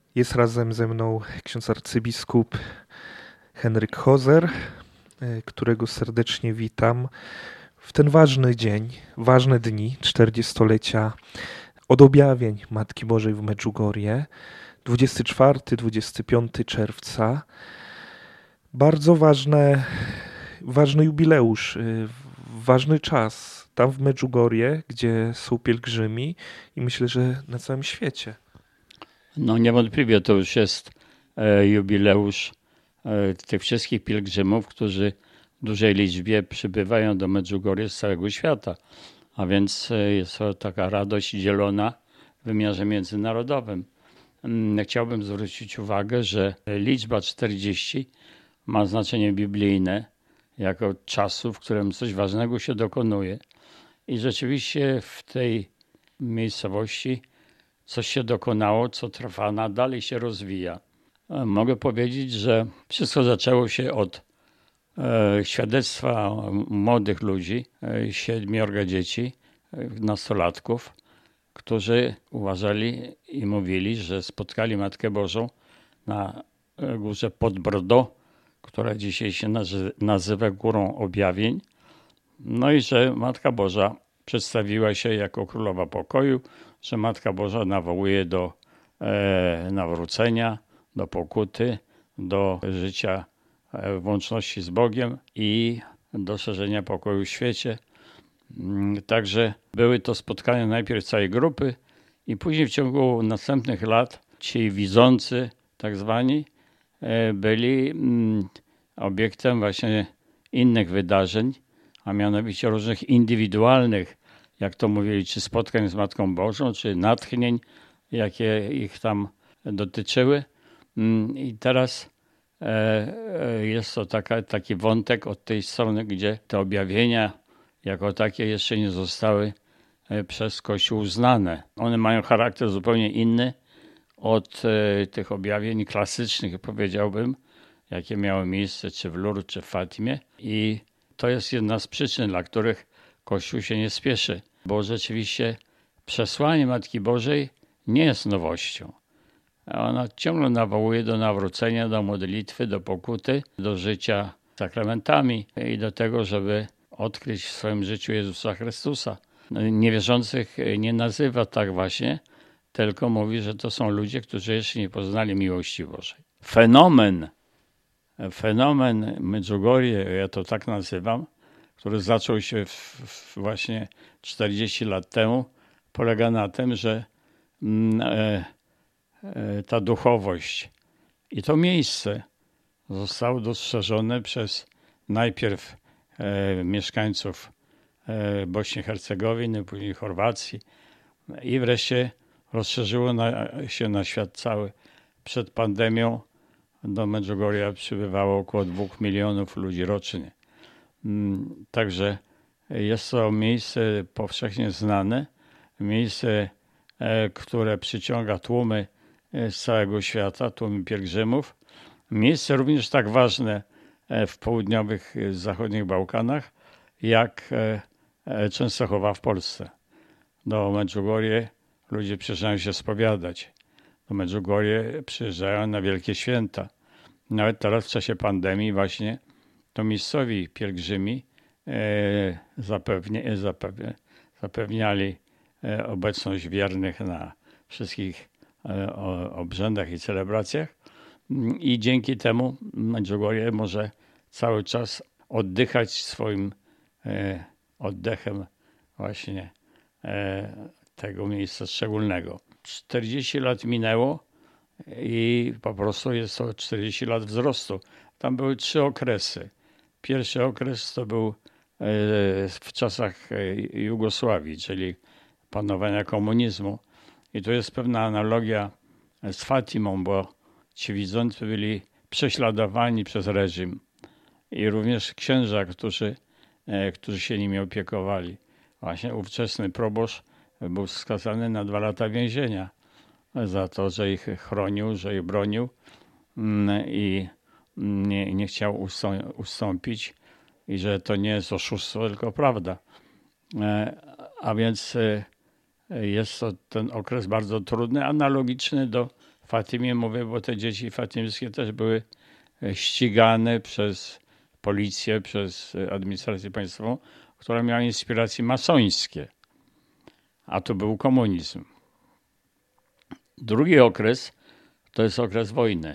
Jest razem ze mną ksiądz arcybiskup Henryk Hozer, którego serdecznie witam w ten ważny dzień, ważne dni 40-lecia od objawień Matki Bożej w Medjugorje, 24-25 czerwca. Bardzo ważny jubileusz, ważny czas tam w Medjugorje, gdzie są pielgrzymi i myślę, że na całym świecie. No niewątpliwie to już jest jubileusz tych wszystkich pielgrzymów, którzy w dużej liczbie przybywają do Medjugorje z całego świata. A więc jest to taka radość dzielona w wymiarze międzynarodowym. Chciałbym zwrócić uwagę, że liczba 40 ma znaczenie biblijne jako czasu, w którym coś ważnego się dokonuje. I rzeczywiście w tej miejscowości coś się dokonało, co trwa nadal i się rozwija. Mogę powiedzieć, że wszystko zaczęło się od świadectwa młodych ludzi, 7 dzieci, nastolatków, którzy uważali i mówili, że spotkali Matkę Bożą na górze pod Bordeaux, która dzisiaj się nazywa Górą Objawień. No i że Matka Boża przedstawiła się jako Królowa Pokoju, że Matka Boża nawołuje do nawrócenia, do pokuty, do życia w łączności z Bogiem i do szerzenia pokoju w świecie. Także były to spotkania najpierw całej grupy i później w ciągu następnych lat ci widzący, tak zwani, byli obiektem właśnie innych wydarzeń, a mianowicie różnych indywidualnych, jak to mówili, czy spotkań z Matką Bożą, czy natchnień, jakie ich tam dotyczyły. I teraz jest to taki wątek od tej strony, gdzie te objawienia jako takie jeszcze nie zostały przez Kościół uznane. One mają charakter zupełnie inny od tych objawień klasycznych, powiedziałbym, jakie miały miejsce czy w Lourdes, czy w Fatimie. I to jest jedna z przyczyn, dla których Kościół się nie spieszy, bo rzeczywiście przesłanie Matki Bożej nie jest nowością. Ona ciągle nawołuje do nawrócenia, do modlitwy, do pokuty, do życia sakramentami i do tego, żeby odkryć w swoim życiu Jezusa Chrystusa. Niewierzących nie nazywa tak właśnie, tylko mówi, że to są ludzie, którzy jeszcze nie poznali miłości Bożej. Fenomen Medjugorje, ja to tak nazywam, który zaczął się właśnie 40 lat temu, polega na tym, że ta duchowość i to miejsce zostało dostrzeżone przez najpierw mieszkańców Bośni i Hercegowiny, później Chorwacji i wreszcie rozszerzyło się na świat cały. Przed pandemią do Medjugorja przybywało około 2 milionów ludzi rocznie. Także jest to miejsce powszechnie znane, miejsce, które przyciąga tłumy z całego świata, tłumy pielgrzymów. Miejsce również tak ważne w południowych, zachodnich Bałkanach, jak Częstochowa w Polsce. Do Medjugorje ludzie przyjeżdżają się spowiadać. Do Medjugorje przyjeżdżają na wielkie święta. Nawet teraz w czasie pandemii właśnie to miejscowi pielgrzymi zapewniali obecność wiernych na wszystkich obrzędach i celebracjach i dzięki temu Medjugorje może cały czas oddychać swoim oddechem właśnie tego miejsca szczególnego. 40 lat minęło i po prostu jest to 40 lat wzrostu. Tam były 3 okresy. Pierwszy okres to był w czasach Jugosławii, czyli panowania komunizmu. I to jest pewna analogia z Fatimą, bo ci widzący byli prześladowani przez reżim i również księża, którzy się nimi opiekowali. Właśnie ówczesny proboszcz był skazany na 2 lata więzienia za to, że ich chronił, że ich bronił i nie chciał ustąpić i że to nie jest oszustwo, tylko prawda. A więc jest to ten okres bardzo trudny, analogiczny do Fatimie mówię, bo te dzieci fatimskie też były ścigane przez policję, przez administrację państwową, która miała inspiracje masońskie. A to był komunizm. Drugi okres to jest okres wojny.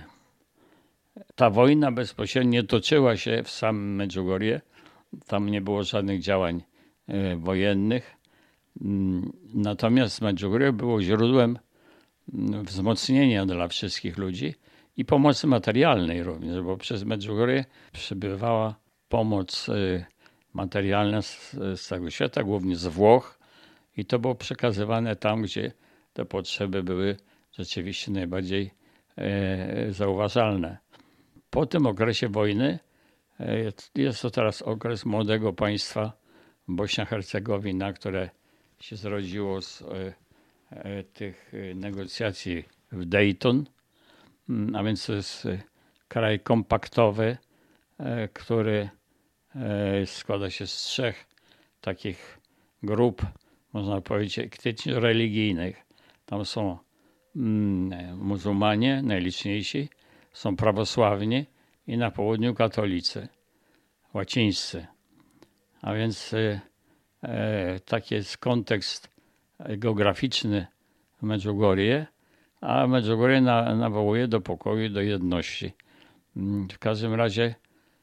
Ta wojna bezpośrednio toczyła się w samym Medjugorje. Tam nie było żadnych działań wojennych. Natomiast Medjugorje było źródłem wzmocnienia dla wszystkich ludzi i pomocy materialnej również, bo przez Medjugorje przybywała pomoc materialna z całego świata, głównie z Włoch, i to było przekazywane tam, gdzie te potrzeby były rzeczywiście najbardziej zauważalne. Po tym okresie wojny jest to teraz okres młodego państwa Bośnia-Hercegowina, które się zrodziło z tych negocjacji w Dayton, a więc to jest kraj kompaktowy, który składa się z 3 takich grup, można powiedzieć, etniczno-religijnych. Tam są muzułmanie, najliczniejsi, są prawosławni i na południu katolicy, łacińscy. A więc taki jest kontekst geograficzny w Medjugorje, a Medjugorje nawołuje do pokoju, do jedności. W każdym razie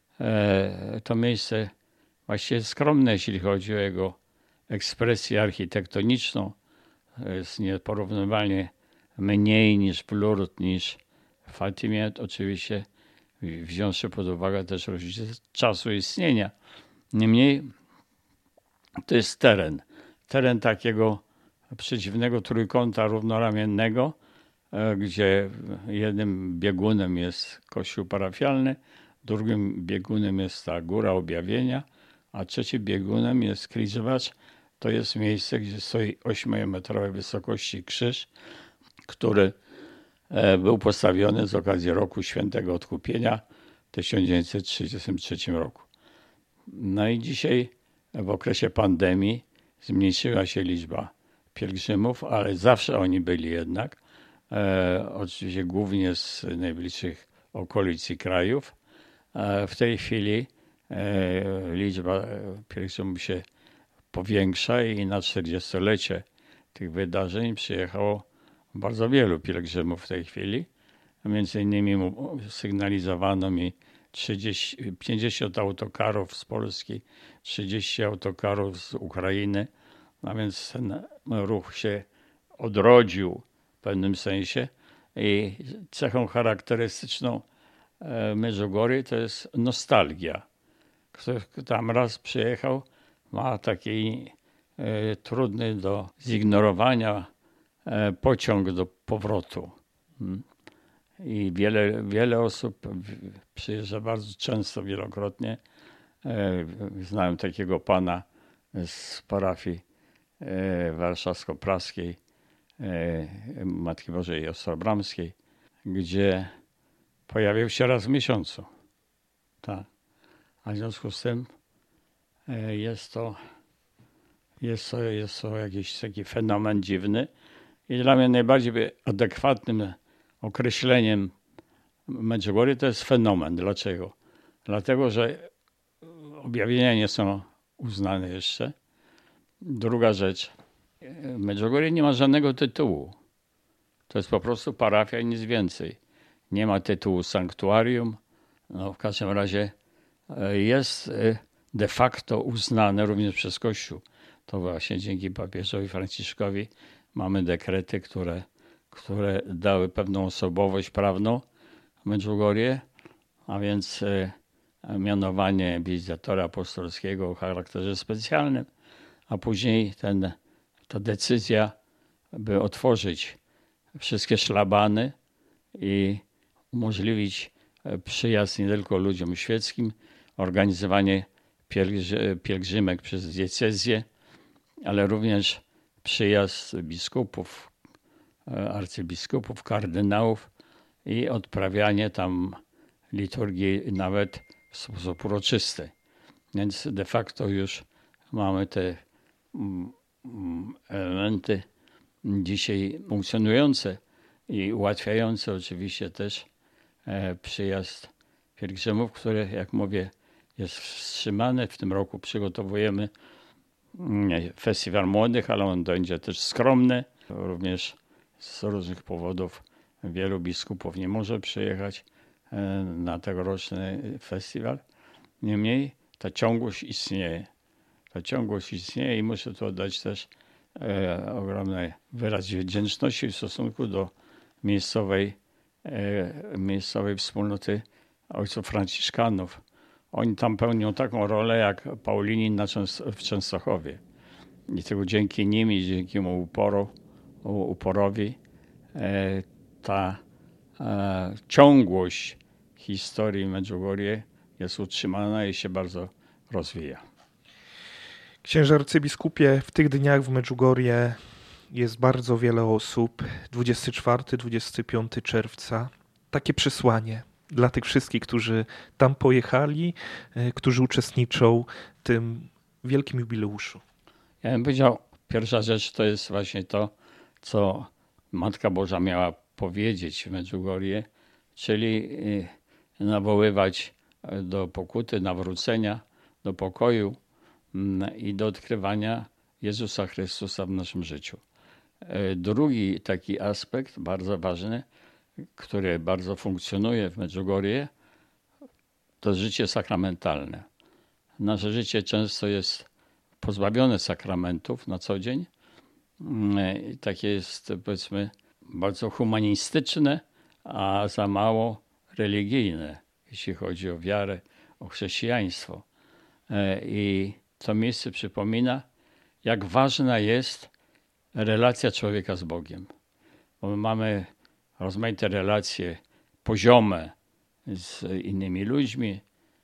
to miejsce właściwie skromne, jeśli chodzi o jego ekspresję architektoniczną. Jest nieporównywalnie mniej niż w Lourdes, niż w Fatimie. Oczywiście wziąwszy pod uwagę też różnicę czasu istnienia. Niemniej to jest teren takiego przeciwnego trójkąta równoramiennego, gdzie jednym biegunem jest kościół parafialny, drugim biegunem jest ta Góra Objawienia, a trzecim biegunem jest Krzyżowacz. To jest miejsce, gdzie stoi 8-metrowej wysokości krzyż, który był postawiony z okazji roku Świętego Odkupienia w 1933 roku. No i dzisiaj w okresie pandemii zmniejszyła się liczba pielgrzymów, ale zawsze oni byli jednak, oczywiście głównie z najbliższych okolic i krajów. W tej chwili liczba pielgrzymów się powiększa i na 40-lecie tych wydarzeń przyjechało bardzo wielu pielgrzymów w tej chwili. Między innymi sygnalizowano mi 50 autokarów z Polski, 30 autokarów z Ukrainy, a więc ten ruch się odrodził w pewnym sensie i cechą charakterystyczną Medjugorje to jest nostalgia. Kto tam raz przyjechał, ma taki trudny do zignorowania pociąg do powrotu. I wiele osób przyjeżdża bardzo często, wielokrotnie. Znałem takiego pana z parafii warszawsko-praskiej Matki Bożej Ostrobramskiej, gdzie pojawiał się raz w miesiącu. Tak. A w związku z tym jest to jakiś taki fenomen dziwny i dla mnie najbardziej adekwatnym określeniem Medjugorje to jest fenomen. Dlaczego? Dlatego, że objawienia nie są uznane jeszcze. Druga rzecz, Medjugorje nie ma żadnego tytułu. To jest po prostu parafia i nic więcej. Nie ma tytułu sanktuarium. No, w każdym razie jest de facto uznane również przez Kościół. To właśnie dzięki papieżowi Franciszkowi mamy dekrety, które dały pewną osobowość prawną Medjugorje, a więc mianowanie wizytatora apostolskiego o charakterze specjalnym, a później ta decyzja, by otworzyć wszystkie szlabany i umożliwić przyjazd nie tylko ludziom świeckim, organizowanie pielgrzymek przez diecezję, ale również przyjazd biskupów, arcybiskupów, kardynałów i odprawianie tam liturgii nawet w sposób uroczysty. Więc de facto już mamy te elementy dzisiaj funkcjonujące i ułatwiający oczywiście też przyjazd pielgrzymów, który, jak mówię, jest wstrzymany. W tym roku przygotowujemy festiwal młodych, ale on będzie też skromny. Również z różnych powodów wielu biskupów nie może przyjechać na tegoroczny festiwal. Niemniej ta ciągłość istnieje. Ta ciągłość istnieje i muszę tu oddać też ogromny wyraz wdzięczności w stosunku do miejscowej wspólnoty ojców franciszkanów. Oni tam pełnią taką rolę jak Paulinin w Częstochowie. I tylko dzięki nim i dzięki mu uporowi ta ciągłość historii Medjugorje jest utrzymana i się bardzo rozwija. Księże arcybiskupie, w tych dniach w Medjugorje jest bardzo wiele osób. 24-25 czerwca. Takie przesłanie dla tych wszystkich, którzy tam pojechali, którzy uczestniczą w tym wielkim jubileuszu. Ja bym powiedział, pierwsza rzecz to jest właśnie to, co Matka Boża miała powiedzieć w Medjugorje, czyli nawoływać do pokuty, nawrócenia, do pokoju i do odkrywania Jezusa Chrystusa w naszym życiu. Drugi taki aspekt bardzo ważny, który bardzo funkcjonuje w Medjugorje, to życie sakramentalne. Nasze życie często jest pozbawione sakramentów na co dzień. Takie jest, powiedzmy, bardzo humanistyczne, a za mało religijne, jeśli chodzi o wiarę, o chrześcijaństwo. I to miejsce przypomina, jak ważna jest relacja człowieka z Bogiem. Bo my mamy rozmaite relacje poziome z innymi ludźmi,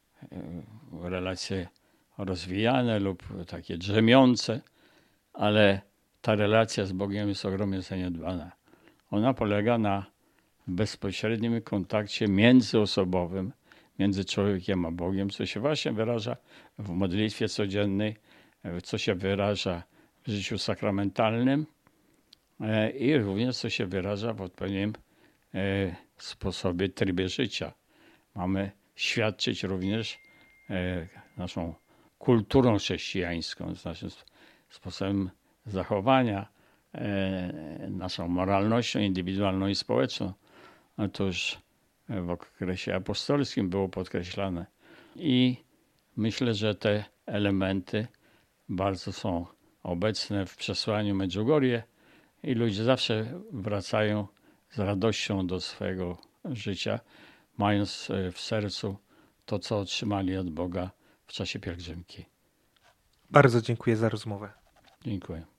relacje rozwijane lub takie drzemiące, ale ta relacja z Bogiem jest ogromnie zaniedbana. Ona polega na bezpośrednim kontakcie międzyosobowym między człowiekiem a Bogiem, co się właśnie wyraża w modlitwie codziennej, co się wyraża w życiu sakramentalnym i również co się wyraża w odpowiednim sposobie, trybie życia. Mamy świadczyć również naszą kulturą chrześcijańską, z naszym sposobem zachowania, naszą moralnością indywidualną i społeczną. To już w okresie apostolskim było podkreślane. I myślę, że te elementy bardzo są obecne w przesłaniu Medjugorje i ludzie zawsze wracają z radością do swojego życia, mając w sercu to, co otrzymali od Boga w czasie pielgrzymki. Bardzo dziękuję za rozmowę. Dziękuję.